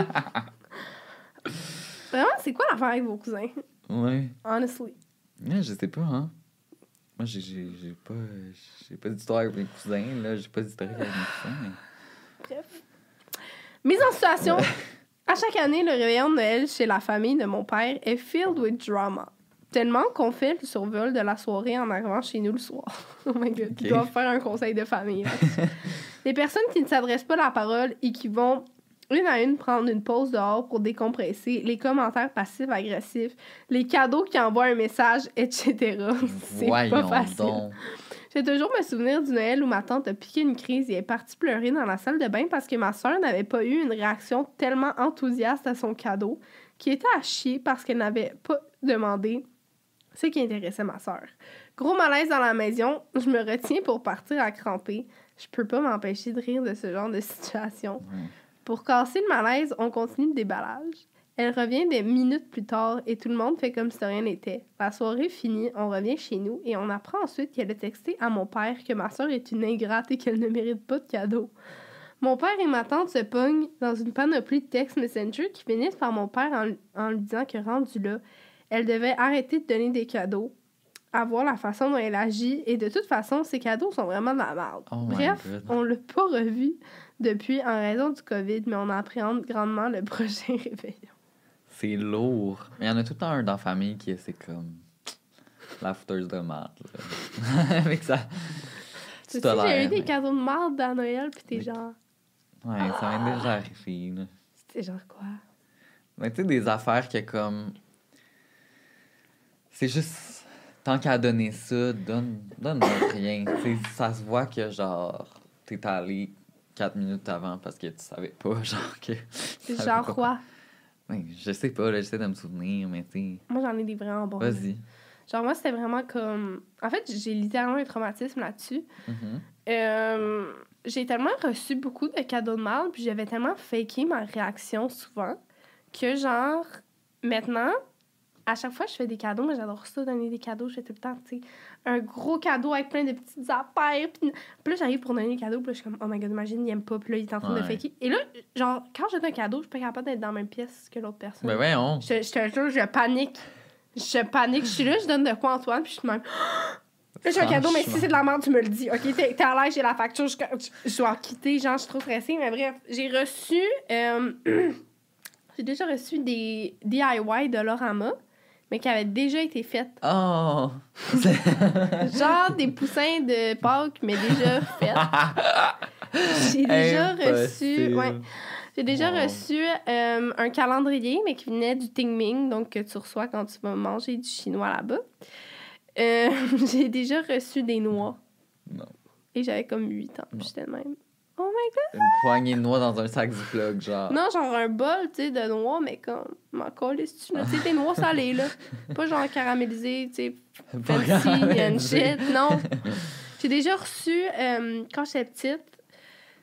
Vraiment, c'est quoi l'affaire avec vos cousins? Ouais. Honestly. Ouais, je sais pas, hein. Moi, j'ai pas d'histoire avec mes cousins, là. J'ai pas d'historique avec mes cousins, mais... Bref. Mise en situation. À chaque année, le réveillon de Noël chez la famille de mon père est filled with drama. Tellement qu'on fait le survol de la soirée en arrivant chez nous le soir. Oh my God. Okay. Ils doivent faire un conseil de famille. Les personnes qui ne s'adressent pas la parole et qui vont une à une prendre une pause dehors pour décompresser, les commentaires passifs-agressifs, les cadeaux qui envoient un message, etc. C'est pas facile. Donc. Je vais toujours me souvenir du Noël où ma tante a piqué une crise et est partie pleurer dans la salle de bain parce que ma soeur n'avait pas eu une réaction tellement enthousiaste à son cadeau qui était à chier parce qu'elle n'avait pas demandé ce qui intéressait ma soeur. Gros malaise dans la maison, je me retiens pour partir à cramper. Je peux pas m'empêcher de rire de ce genre de situation. Pour casser le malaise, on continue le déballage. Elle revient des minutes plus tard et tout le monde fait comme si de rien n'était. La soirée finie, on revient chez nous et on apprend ensuite qu'elle a texté à mon père que ma soeur est une ingrate et qu'elle ne mérite pas de cadeau. Mon père et ma tante se pognent dans une panoplie de textes Messenger qui finissent par mon père en lui disant que rendu là, elle devait arrêter de donner des cadeaux, à voir la façon dont elle agit et de toute façon, ces cadeaux sont vraiment de la merde. Oh bref, on l'a pas revu depuis en raison du COVID, mais on appréhende grandement le prochain réveillon. C'est lourd. Mais il y en a tout le temps un dans la famille qui est c'est comme la fouteuse de merde. Avec ça. Tu sais, j'ai eu des cadeaux de merde à Noël, puis t'es genre... Ouais, ça m'est déjà arrivé. Là. C'était genre quoi? Mais tu sais, des affaires qui est comme... C'est juste... Tant qu'à donner ça, donne rien. T'sais, ça se voit que, genre, t'es allé 4 minutes avant parce que tu savais pas, genre, que... C'est genre quoi? Oui, je sais pas, là, j'essaie de me souvenir, mais tu sais... Moi, j'en ai des vraiment bons. Vas-y. Genre, moi, c'était vraiment comme... En fait, j'ai littéralement un traumatisme là-dessus. J'ai tellement reçu beaucoup de cadeaux de mal, puis j'avais tellement faké ma réaction souvent, que genre, maintenant... À chaque fois, je fais des cadeaux, mais j'adore ça, donner des cadeaux. Je fais tout le temps, tu sais, un gros cadeau avec plein de petites affaires. Puis là, j'arrive pour donner des cadeaux, puis là, je suis comme, oh my God, imagine, il aime pas. Puis là, il est en train de faker. Et là, genre, quand je donne un cadeau, je suis pas capable d'être dans la même pièce que l'autre personne. Ben voyons. Je te jure, je panique. Je suis là, je donne de quoi, Antoine, puis je suis même... Là, j'ai un cadeau, mais si c'est de la merde, tu me le dis. OK, t'es à l'aise, j'ai la facture, je dois quitter, genre, je suis trop stressée. Mais bref, j'ai reçu... j'ai déjà reçu des DIY de Lorama, mais qui avaient déjà été faites. Oh! Genre des poussins de Pâques, mais déjà faites. J'ai déjà reçu... Ouais, j'ai déjà reçu un calendrier, mais qui venait du Ting Ming, donc que tu reçois quand tu vas manger du chinois là-bas. J'ai déjà reçu des noix. Non. Et j'avais comme 8 ans. J'étais de même. Oh my God! Une poignée de noix dans un sac Ziploc, genre. Non, genre un bol, tu sais, de noix, mais comme... M'en calisse-tu, là? Tu sais, des noix salées, là. Pas genre caramélisées, tu sais, fancy and shit. Non. J'ai déjà reçu, quand j'étais petite,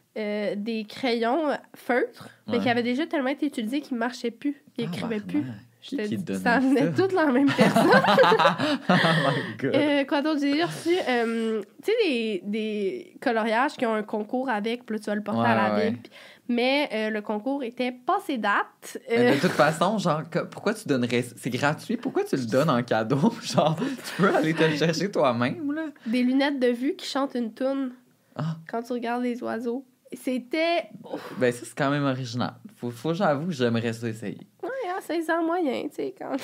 des crayons feutres, mais qui avaient déjà tellement été utilisés qu'ils ne marchaient plus. Ils écrivaient plus. Je te Qui dis, donnait ça venait ça? toutes la même personne. Oh my God. Quoi d'autre? J'ai reçu, tu sais, des coloriages qui ont un concours avec, puis là, tu vas le porter à la ville. Mais le concours était passé date. Mais de toute façon, genre, pourquoi tu donnerais... C'est gratuit, pourquoi tu le donnes en cadeau? Genre, tu peux aller te le chercher toi-même, là. Des lunettes de vue qui chantent une toune Ah. quand tu regardes les oiseaux. C'était... Ben ça, c'est quand même original. Faut j'avoue que j'aimerais ça essayer. Ouais, à 16 ans moyen, tu sais, quand...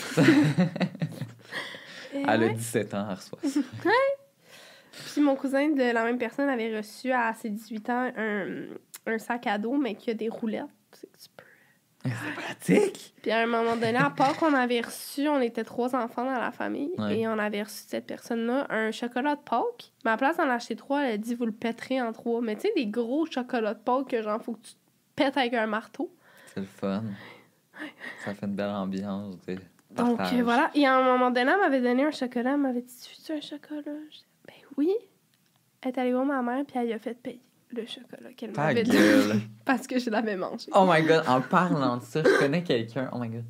Elle a ouais. 17 ans, elle reçoit ça. Puis mon cousin de la même personne avait reçu à ses 18 ans un sac à dos, mais qui a des roulettes. Tu sais que tu peux... C'est pratique! Puis à un moment donné, à part qu'on avait reçu, on était 3 enfants dans la famille, Ouais. et on avait reçu cette personne-là un chocolat de Pâques. Mais à la place d'en acheter 3, elle a dit, vous le pèterez en 3. Mais tu sais, des gros chocolats de Pâques que genre, faut que tu pètes avec un marteau. C'est le fun. Ça fait une belle ambiance de Donc partage. voilà. Et à un moment donné, elle m'avait donné un chocolat. Elle m'avait dit, tu veux un chocolat? Je dis, ben oui. Elle est allée voir ma mère, puis elle lui a fait payer le chocolat qu'elle Ta m'avait gueule. donné. Parce que je l'avais mangé. Oh my God, en parlant de ça, je connais quelqu'un. Oh my God.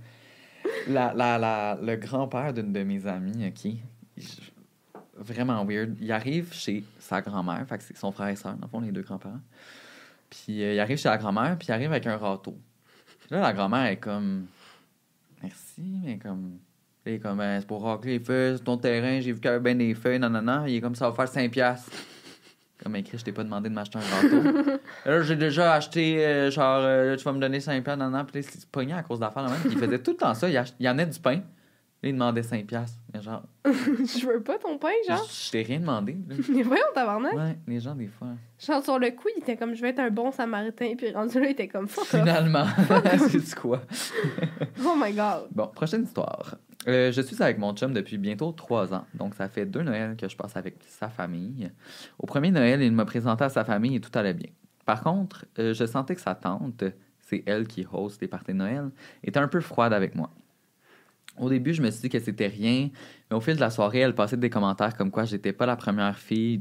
Le grand-père d'une de mes amies, vraiment weird, il arrive chez sa grand-mère, fait que c'est son frère et soeur, dans le fond, les deux grands-parents. Puis il arrive chez la grand-mère, puis il arrive avec un râteau. Puis là, la grand-mère est comme... Merci, mais comme... Il est comme, c'est pour racler les feuilles, c'est ton terrain, j'ai vu qu'il y avait bien des feuilles, non. Il est comme, ça va faire 5$. Comme écrit, je t'ai pas demandé de m'acheter un râteau. Là, j'ai déjà acheté, là, tu vas me donner 5$, non. Puis là, il se pognait à cause d'affaires, là même. Puis il faisait tout le temps ça. Il amenait du pain. Là, il demandait 5$. Mais genre, Je veux pas ton pain, genre. je t'ai rien demandé. Là. Mais voyons, tabarnak. Ouais, les gens, des fois. Genre, sur le coup, il était comme, je vais être un bon samaritain. Puis rendu là, il était comme, fuck off. Finalement, c'est quoi? Oh my God. Bon, prochaine histoire. Je suis avec mon chum depuis bientôt 3 ans. Donc, ça fait 2 Noëls que je passe avec sa famille. Au premier Noël, il m'a présenté à sa famille et tout allait bien. Par contre, je sentais que sa tante, c'est elle qui host les parties de Noël, était un peu froide avec moi. Au début, je me suis dit que c'était rien, mais au fil de la soirée, elle passait des commentaires comme quoi j'étais pas la première fille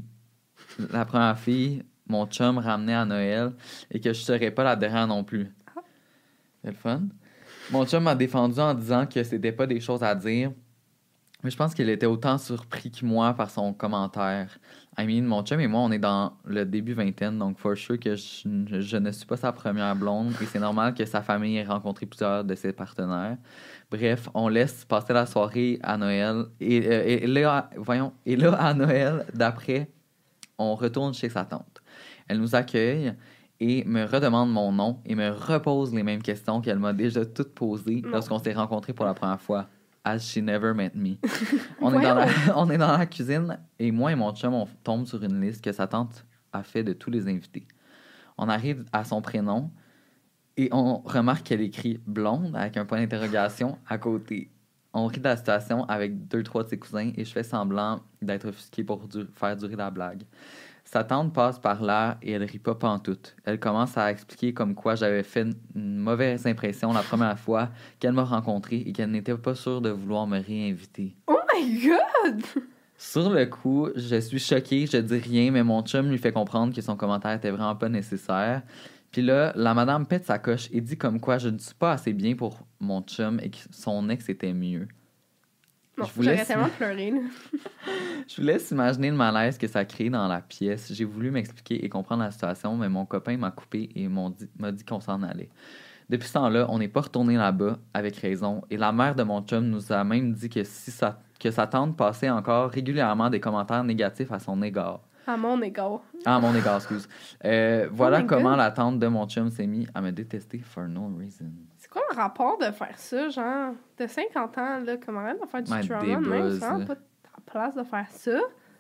mon chum ramenait à Noël et que je serais pas la dernière non plus. C'est le fun. Mon chum m'a défendu en disant que c'était pas des choses à dire, mais je pense qu'il était autant surpris que moi par son commentaire. I mean, mon chum et moi, on est dans le début vingtaine, donc for sure que je ne suis pas sa première blonde et c'est normal que sa famille ait rencontré plusieurs de ses partenaires. Bref, on laisse passer la soirée à Noël et là, à Noël, d'après, on retourne chez sa tante. Elle nous accueille et me redemande mon nom et me repose les mêmes questions qu'elle m'a déjà toutes posées lorsqu'on s'est rencontrés pour la première fois. As she never met me. On est dans la cuisine et moi et mon chum, on tombe sur une liste que sa tante a fait de tous les invités. On arrive à son prénom et on remarque qu'elle écrit « blonde » avec un point d'interrogation à côté. On rit de la situation avec 2-3 de ses cousins et je fais semblant d'être offusqué pour faire durer la blague. Sa tante passe par là et elle rit pas pantoute. Elle commence à expliquer comme quoi j'avais fait une mauvaise impression la première fois qu'elle m'a rencontré et qu'elle n'était pas sûre de vouloir me réinviter. Oh my God! Sur le coup, je suis choqué, je dis rien, mais mon chum lui fait comprendre que son commentaire était vraiment pas nécessaire. Puis là, la madame pète sa coche et dit comme quoi je ne suis pas assez bien pour mon chum et que son ex était mieux. Non, j'aurais tellement pleuré, là. Je vous laisse imaginer le malaise que ça crée dans la pièce. J'ai voulu m'expliquer et comprendre la situation, mais mon copain m'a coupé et m'a dit qu'on s'en allait. Depuis ce temps-là, on n'est pas retourné là-bas, avec raison, et la mère de mon chum nous a même dit que sa tante passait encore régulièrement des commentaires négatifs à son égard. À mon égard. Ah, à mon égard, excuse. Voilà my comment God. la tante de mon chum s'est mise à me détester for no reason. C'est quoi le rapport de faire ça, genre, de 50 ans, là, comme arrête de faire du Ouais, trauma, des même, buzz, c'est vraiment là. pas ta place de faire ça.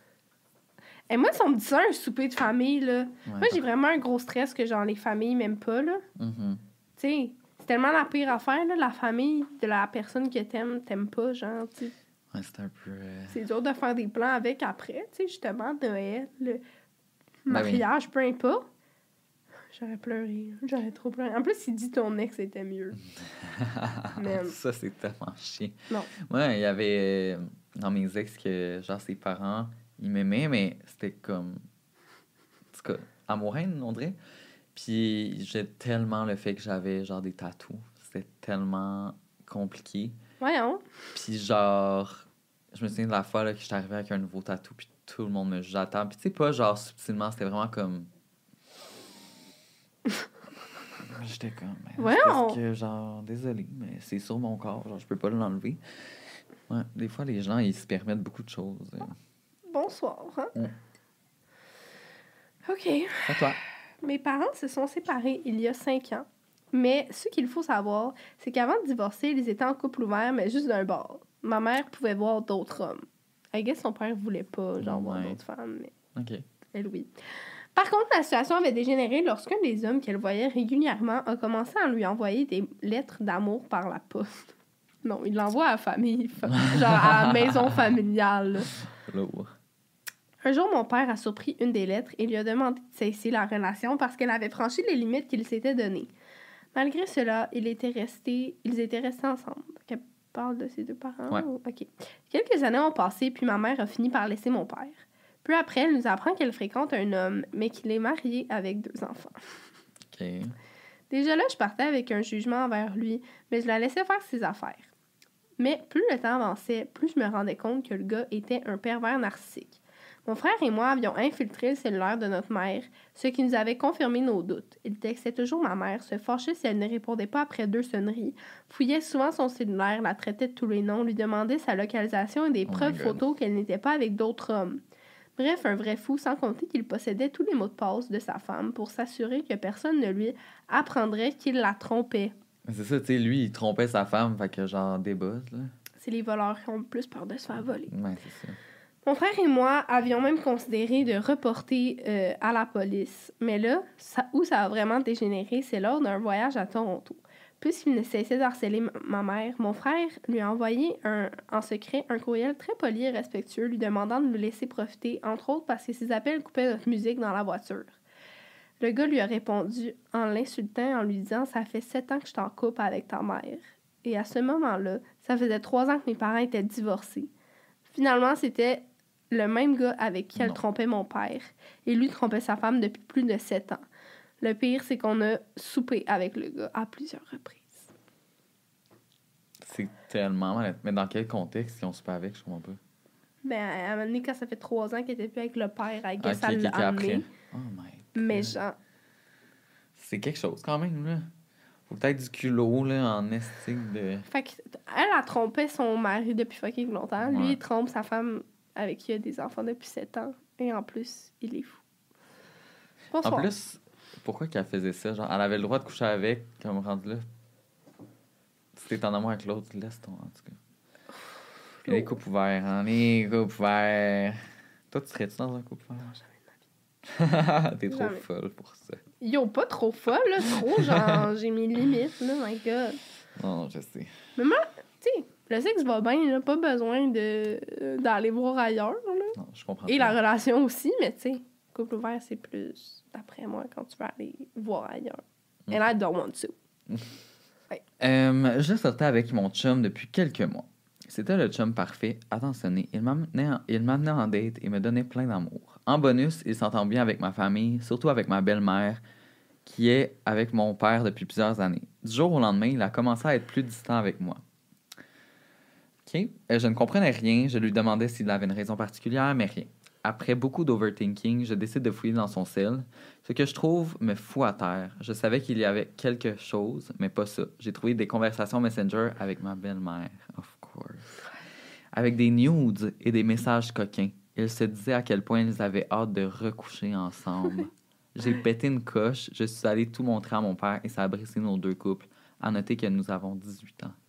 Et moi, si on me dit ça, un souper de famille, là, moi, j'ai vraiment un gros stress que, genre, les familles m'aiment pas, là. Mhm. Tu sais, c'est tellement la pire affaire, là, la famille de la personne que t'aimes pas, genre, tu sais. Ouais, c'est un peu... C'est dur de faire des plans avec après, tu sais, justement, Noël, le Ben mariage, peu importe. J'aurais pleuré, j'aurais trop pleuré. En plus, il dit ton ex était mieux. Man. Ça, c'est tellement chiant. Non. Ouais, il y avait dans mes ex que, genre, ses parents, ils m'aimaient, mais c'était comme... En tout cas, amoureux, on dirait. Puis j'ai tellement le fait que j'avais, genre, des tatous. C'était tellement compliqué. Voyons. Puis genre, je me souviens de la fois là, que j'étais arrivée avec un nouveau tatou, puis tout le monde me jugeait à temps. Puis tu sais, pas genre subtilement, c'était vraiment comme... J'étais comme... Voyons! Parce que genre, désolé, mais c'est sur mon corps, genre, je peux pas l'enlever. Ouais, des fois, les gens, ils se permettent beaucoup de choses. Bonsoir, hein? OK. À toi. Mes parents se sont séparés il y a 5 ans. Mais ce qu'il faut savoir, c'est qu'avant de divorcer, ils étaient en couple ouvert, mais juste d'un bord. Ma mère pouvait voir d'autres hommes. I guess son père voulait pas, genre, voir d'autres femmes, mais OK. elle, oui. Par contre, la situation avait dégénéré lorsqu'un des hommes qu'elle voyait régulièrement a commencé à lui envoyer des lettres d'amour par la poste. Non, il l'envoie à la famille, genre à la maison familiale. Lourd. Un jour, mon père a surpris une des lettres et lui a demandé de cesser la relation parce qu'elle avait franchi les limites qu'il s'était données. Malgré cela, ils étaient restés ensemble. Elle parle de ses deux parents? Ouais. OK. Quelques années ont passé, puis ma mère a fini par laisser mon père. Peu après, elle nous apprend qu'elle fréquente un homme, mais qu'il est marié avec 2 enfants. OK. Déjà là, je partais avec un jugement envers lui, mais je la laissais faire ses affaires. Mais plus le temps avançait, plus je me rendais compte que le gars était un pervers narcissique. Mon frère et moi avions infiltré le cellulaire de notre mère, ce qui nous avait confirmé nos doutes. Il textait toujours ma mère, se fâchait si elle ne répondait pas après 2 sonneries, fouillait souvent son cellulaire, la traitait de tous les noms, lui demandait sa localisation et des preuves photos qu'elle n'était pas avec d'autres hommes. Bref, un vrai fou, sans compter qu'il possédait tous les mots de passe de sa femme pour s'assurer que personne ne lui apprendrait qu'il la trompait. C'est ça, tu sais, lui, il trompait sa femme, fait que genre, des buzz, là. C'est les voleurs qui ont le plus peur de se faire voler. Ouais, c'est ça. Mon frère et moi avions même considéré de reporter à la police. Mais là, où ça a vraiment dégénéré, c'est lors d'un voyage à Toronto. Puisqu'il ne cessait de harceler ma mère, mon frère lui a envoyé en secret un courriel très poli et respectueux lui demandant de nous laisser profiter, entre autres parce que ses appels coupaient notre musique dans la voiture. Le gars lui a répondu en l'insultant, en lui disant « Ça fait 7 ans que je t'en coupe avec ta mère. » Et à ce moment-là, ça faisait 3 ans que mes parents étaient divorcés. Finalement, c'était le même gars avec qui elle trompait mon père. Et lui trompait sa femme depuis plus de 7 ans. Le pire, c'est qu'on a soupé avec le gars à plusieurs reprises. C'est tellement mal. Mais dans quel contexte ils ont soupé avec, je comprends pas. Ben, à un moment donné, quand ça fait 3 ans qu'elle était plus avec le père, I guess ça l'a amené. Oh my God. Mais genre... C'est quelque chose quand même, là. Faut peut-être du culot, là, en esthétique de... Fait qu'elle a trompé son mari depuis fucking longtemps. Lui, il trompe sa femme avec qui il a des enfants depuis 7 ans. Et en plus, il est fou. Bonsoir. En plus, pourquoi qu'elle faisait ça? Genre, elle avait le droit de coucher avec, comme rendu là. Si t'es en amour avec l'autre, laisse-toi, en tout cas. Les couples ouverts, hein? Les couples ouverts. Toi, tu serais-tu dans un couple ouvert? Non, jamais de ma vie. T'es trop folle pour ça. Yo, pas trop folle, là. Trop, genre, j'ai mis limite, là, my God. Non, je sais. Mais moi, tu sais, le sexe va bien, là. Pas besoin d'aller voir ailleurs, là. Non, je comprends. Et la relation aussi, mais tu sais, couple ouvert, c'est plus, d'après moi, quand tu veux aller voir ailleurs. And I don't want to. Je sortais avec mon chum depuis quelques mois. C'était le chum parfait, attentionné. Il m'amenait en date et me donnait plein d'amour. En bonus, il s'entend bien avec ma famille, surtout avec ma belle-mère, qui est avec mon père depuis plusieurs années. Du jour au lendemain, il a commencé à être plus distant avec moi. OK. Je ne comprenais rien. Je lui demandais s'il avait une raison particulière, mais rien. Après beaucoup d'overthinking, je décide de fouiller dans son cell. Ce que je trouve me fout à terre. Je savais qu'il y avait quelque chose, mais pas ça. J'ai trouvé des conversations Messenger avec ma belle-mère, of course. Avec des nudes et des messages coquins. Ils se disaient à quel point ils avaient hâte de recoucher ensemble. J'ai pété une coche. Je suis allée tout montrer à mon père et ça a brisé nos 2 couples. À noter que nous avons 18 ans.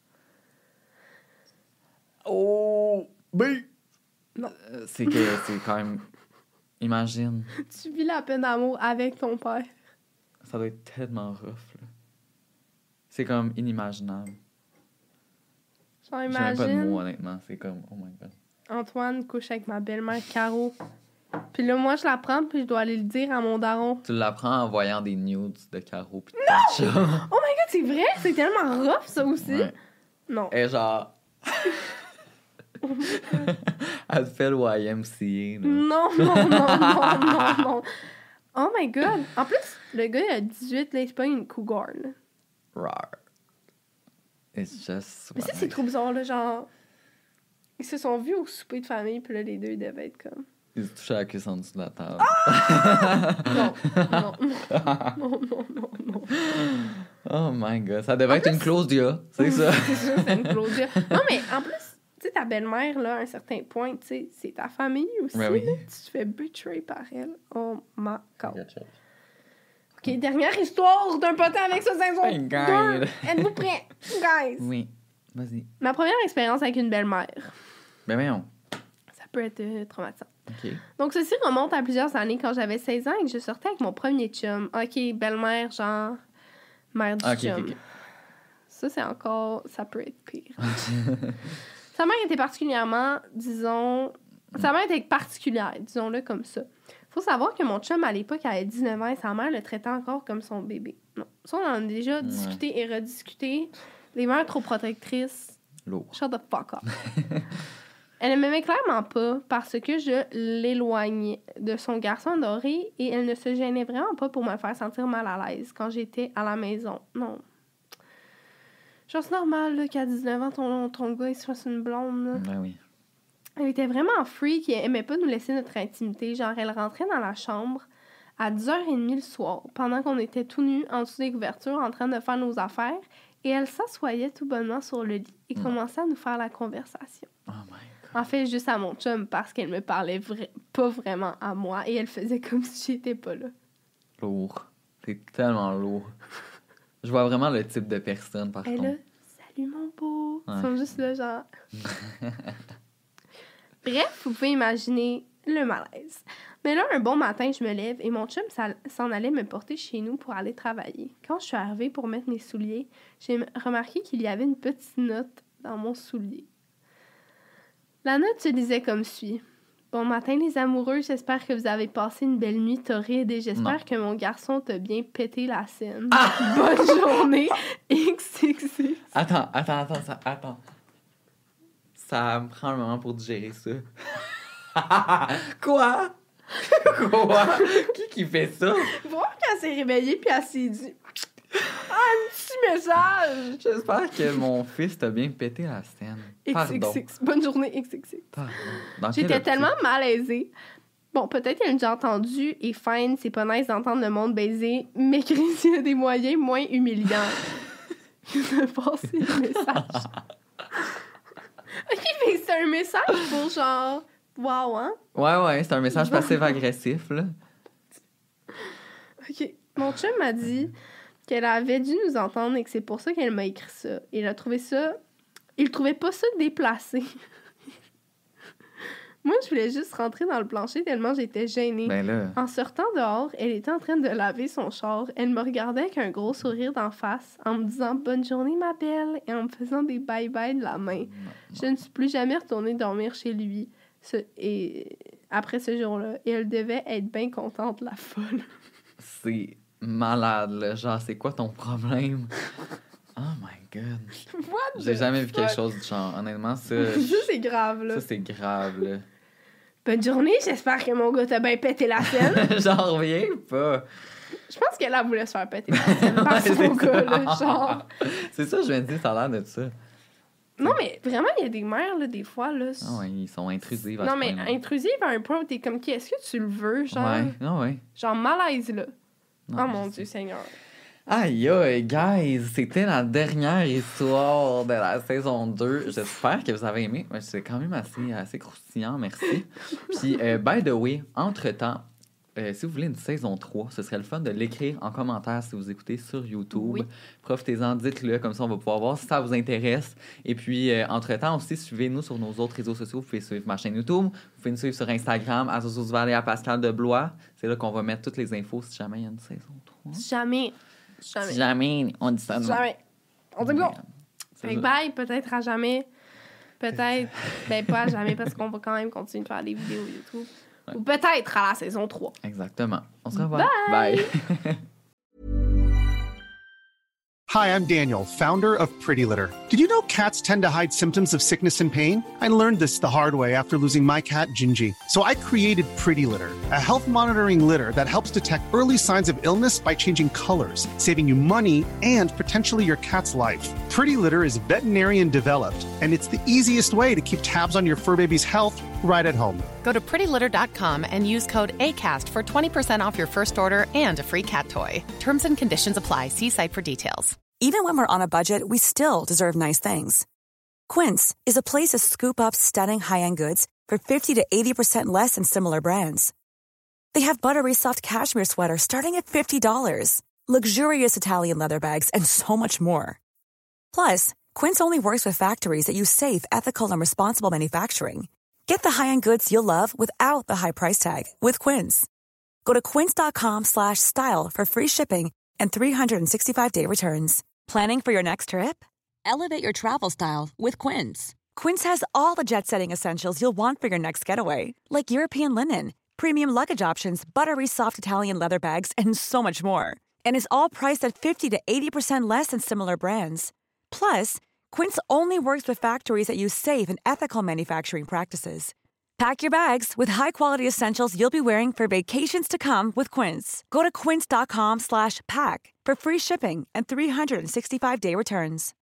Oh! Non. C'est quand même... Imagine. Tu vis la peine d'amour avec ton père. Ça doit être tellement rough, là. C'est comme inimaginable. Genre, J'ai même pas de imagine, mots, honnêtement. C'est comme... Oh my God. Antoine couche avec ma belle-mère Caro. Puis là, moi, je la prends, puis je dois aller le dire à mon daron. Tu l'apprends en voyant des nudes de Caro pis de ton chum. Oh my God, c'est vrai? C'est tellement rough, ça aussi. Ouais. Non. Et genre... Elle fait le YMCA, là. Non. Oh my God. En plus, le gars, il a 18, là, il se pogne une cougar, là. Rare. It's just... Mais ça, c'est trop bizarre, là, genre... Ils se sont vus au souper de famille, puis là, les deux, ils devaient être comme... Ils se touchaient la cuisse en dessous de la table. Non. Oh my God. Ça devait être une Claudia, c'est ça. C'est sûr, c'est une Claudia. Non, mais en plus, tu sais, ta belle-mère, là, à un certain point, tu sais, c'est ta famille aussi. Ouais, oui. Là, tu te fais betray par elle. Oh my God. OK, dernière histoire d'un potin avec sa saison 2. Êtes-vous prêts, guys? Oui, vas-y. Ma première expérience avec une belle-mère. Ben voyons. Ça peut être traumatisant. OK. Donc, ceci remonte à plusieurs années quand j'avais 16 ans et que je sortais avec mon premier chum. OK, belle-mère, genre, mère du chum. OK. Ça, c'est encore... Ça peut être pire. Sa mère était particulièrement, disons... Sa mère était particulière, disons-le comme ça. Faut savoir que mon chum, à l'époque, avait 19 ans et sa mère le traitait encore comme son bébé. Non. Ça, on en a déjà discuté et rediscuté. Les mères trop protectrices... Lourd. Shut the fuck up. Elle ne m'aimait clairement pas parce que je l'éloignais de son garçon adoré et elle ne se gênait vraiment pas pour me faire sentir mal à l'aise quand j'étais à la maison. Non. Genre, c'est normal là, qu'à 19 ans, ton gars il se fasse une blonde. Là. Ben oui. Elle était vraiment freak et elle aimait pas nous laisser notre intimité. Genre, elle rentrait dans la chambre à 10h30 le soir pendant qu'on était tout nus en dessous des couvertures en train de faire nos affaires et elle s'assoyait tout bonnement sur le lit et commençait à nous faire la conversation. Oh my God. En fait, juste à mon chum parce qu'elle me parlait pas vraiment à moi et elle faisait comme si j'étais pas là. Lourd. C'est tellement lourd. Je vois vraiment le type de personne, par Elle contre. là, salut mon beau. Ouais. Ils sont juste là, genre. Bref, vous pouvez imaginer le malaise. Mais là, un bon matin, je me lève et mon chum s'en allait me porter chez nous pour aller travailler. Quand je suis arrivée pour mettre mes souliers, j'ai remarqué qu'il y avait une petite note dans mon soulier. La note se disait comme suit. Bon matin, les amoureux. J'espère que vous avez passé une belle nuit torride et j'espère que mon garçon t'a bien pété la scène. Bonne journée, XXX. Attends. Ça me prend un moment pour digérer ça. Quoi? Quoi? Qui fait ça? Voir qu'elle s'est réveillée puis elle s'est dit... un petit message! J'espère que mon fils t'a bien pété la scène. Pardon. XXX. Bonne journée, XXX. Pardon. Dans quelle J'étais optique? tellement malaisée. Bon, peut-être qu'elle a déjà entendu et fine, c'est pas nice d'entendre le monde baiser, mais Chrissy a des moyens moins humiliants que de passer le message. OK, mais c'est un message pour genre... Wow, hein? Ouais, c'est un message passif-agressif, là. OK. Mon chum m'a dit qu'elle avait dû nous entendre et que c'est pour ça qu'elle m'a écrit ça. Et il a trouvé ça... Il trouvait pas ça déplacé. Moi, je voulais juste rentrer dans le plancher tellement j'étais gênée. Ben là... En sortant dehors, elle était en train de laver son char. Elle me regardait avec un gros sourire d'en face en me disant « Bonne journée, ma belle » et en me faisant des bye-bye de la main. Je ne suis plus jamais retournée dormir chez lui après ce jour-là. Et elle devait être bien contente, la folle. C'est malade, là. Genre, c'est quoi ton problème? Oh my God. What J'ai the jamais vu quelque fuck? chose du genre. Honnêtement, ça... Ça, c'est grave, là. Ça, c'est grave, là. Bonne journée, j'espère que mon gars t'a bien pété la scène. J'en reviens pas. Je pense qu'elle voulait se faire péter la scène par Ouais, son c'est gars, ça. là, genre. C'est ça, je viens de dire, ça a l'air de ça. Non, mais vraiment, il y a des mères, là, des fois, là... Ah ouais, ils sont intrusifs à Non, ce mais point-là. intrusive à un point où t'es comme, est-ce que tu le veux, genre? Ouais, ah ouais. Genre malaise, là. Non, Oh je mon sais. Dieu Seigneur. Aïe, aïe, guys, c'était la dernière histoire de la saison 2. J'espère que vous avez aimé. C'est quand même assez croustillant, merci. Puis, by the way, entre-temps, si vous voulez une saison 3, ce serait le fun de l'écrire en commentaire si vous écoutez sur YouTube. Oui. Profitez-en, dites-le, comme ça on va pouvoir voir si ça vous intéresse. Et puis, entre-temps aussi, suivez-nous sur nos autres réseaux sociaux. Vous pouvez suivre ma chaîne YouTube, vous pouvez nous suivre sur Instagram, à Zouzous Valley, à Pascal de Blois. C'est là qu'on va mettre toutes les infos si jamais il y a une saison 3. Jamais. Si jamais on dit ça. non. Jamais. On dit bon. C'est Fait que ça. bye, peut-être à jamais. Peut-être, ben pas à jamais parce qu'on va quand même continuer de faire des vidéos YouTube. Ouais. Ou peut-être à la saison 3. Exactement. On se revoit. Bye. Hi, I'm Daniel, founder of Pretty Litter. Did you know cats tend to hide symptoms of sickness and pain? I learned this the hard way after losing my cat, Gingy. So I created Pretty Litter, a health monitoring litter that helps detect early signs of illness by changing colors, saving you money and potentially your cat's life. Pretty Litter is veterinarian developed, and it's the easiest way to keep tabs on your fur baby's health right at home. Go to prettylitter.com and use code ACAST for 20% off your first order and a free cat toy. Terms and conditions apply. See site for details. Even when we're on a budget, we still deserve nice things. Quince is a place to scoop up stunning high-end goods for 50 to 80% less than similar brands. They have buttery soft cashmere sweaters starting at $50, luxurious Italian leather bags, and so much more. Plus, Quince only works with factories that use safe, ethical, and responsible manufacturing. Get the high-end goods you'll love without the high price tag with Quince. Go to quince.com/style for free shipping and 365-day returns. Planning for your next trip? Elevate your travel style with Quince. Quince has all the jet-setting essentials you'll want for your next getaway, like European linen, premium luggage options, buttery soft Italian leather bags, and so much more. And is all priced at 50 to 80% less than similar brands. Plus, Quince only works with factories that use safe and ethical manufacturing practices. Pack your bags with high-quality essentials you'll be wearing for vacations to come with Quince. Go to quince.com/pack for free shipping and 365-day returns.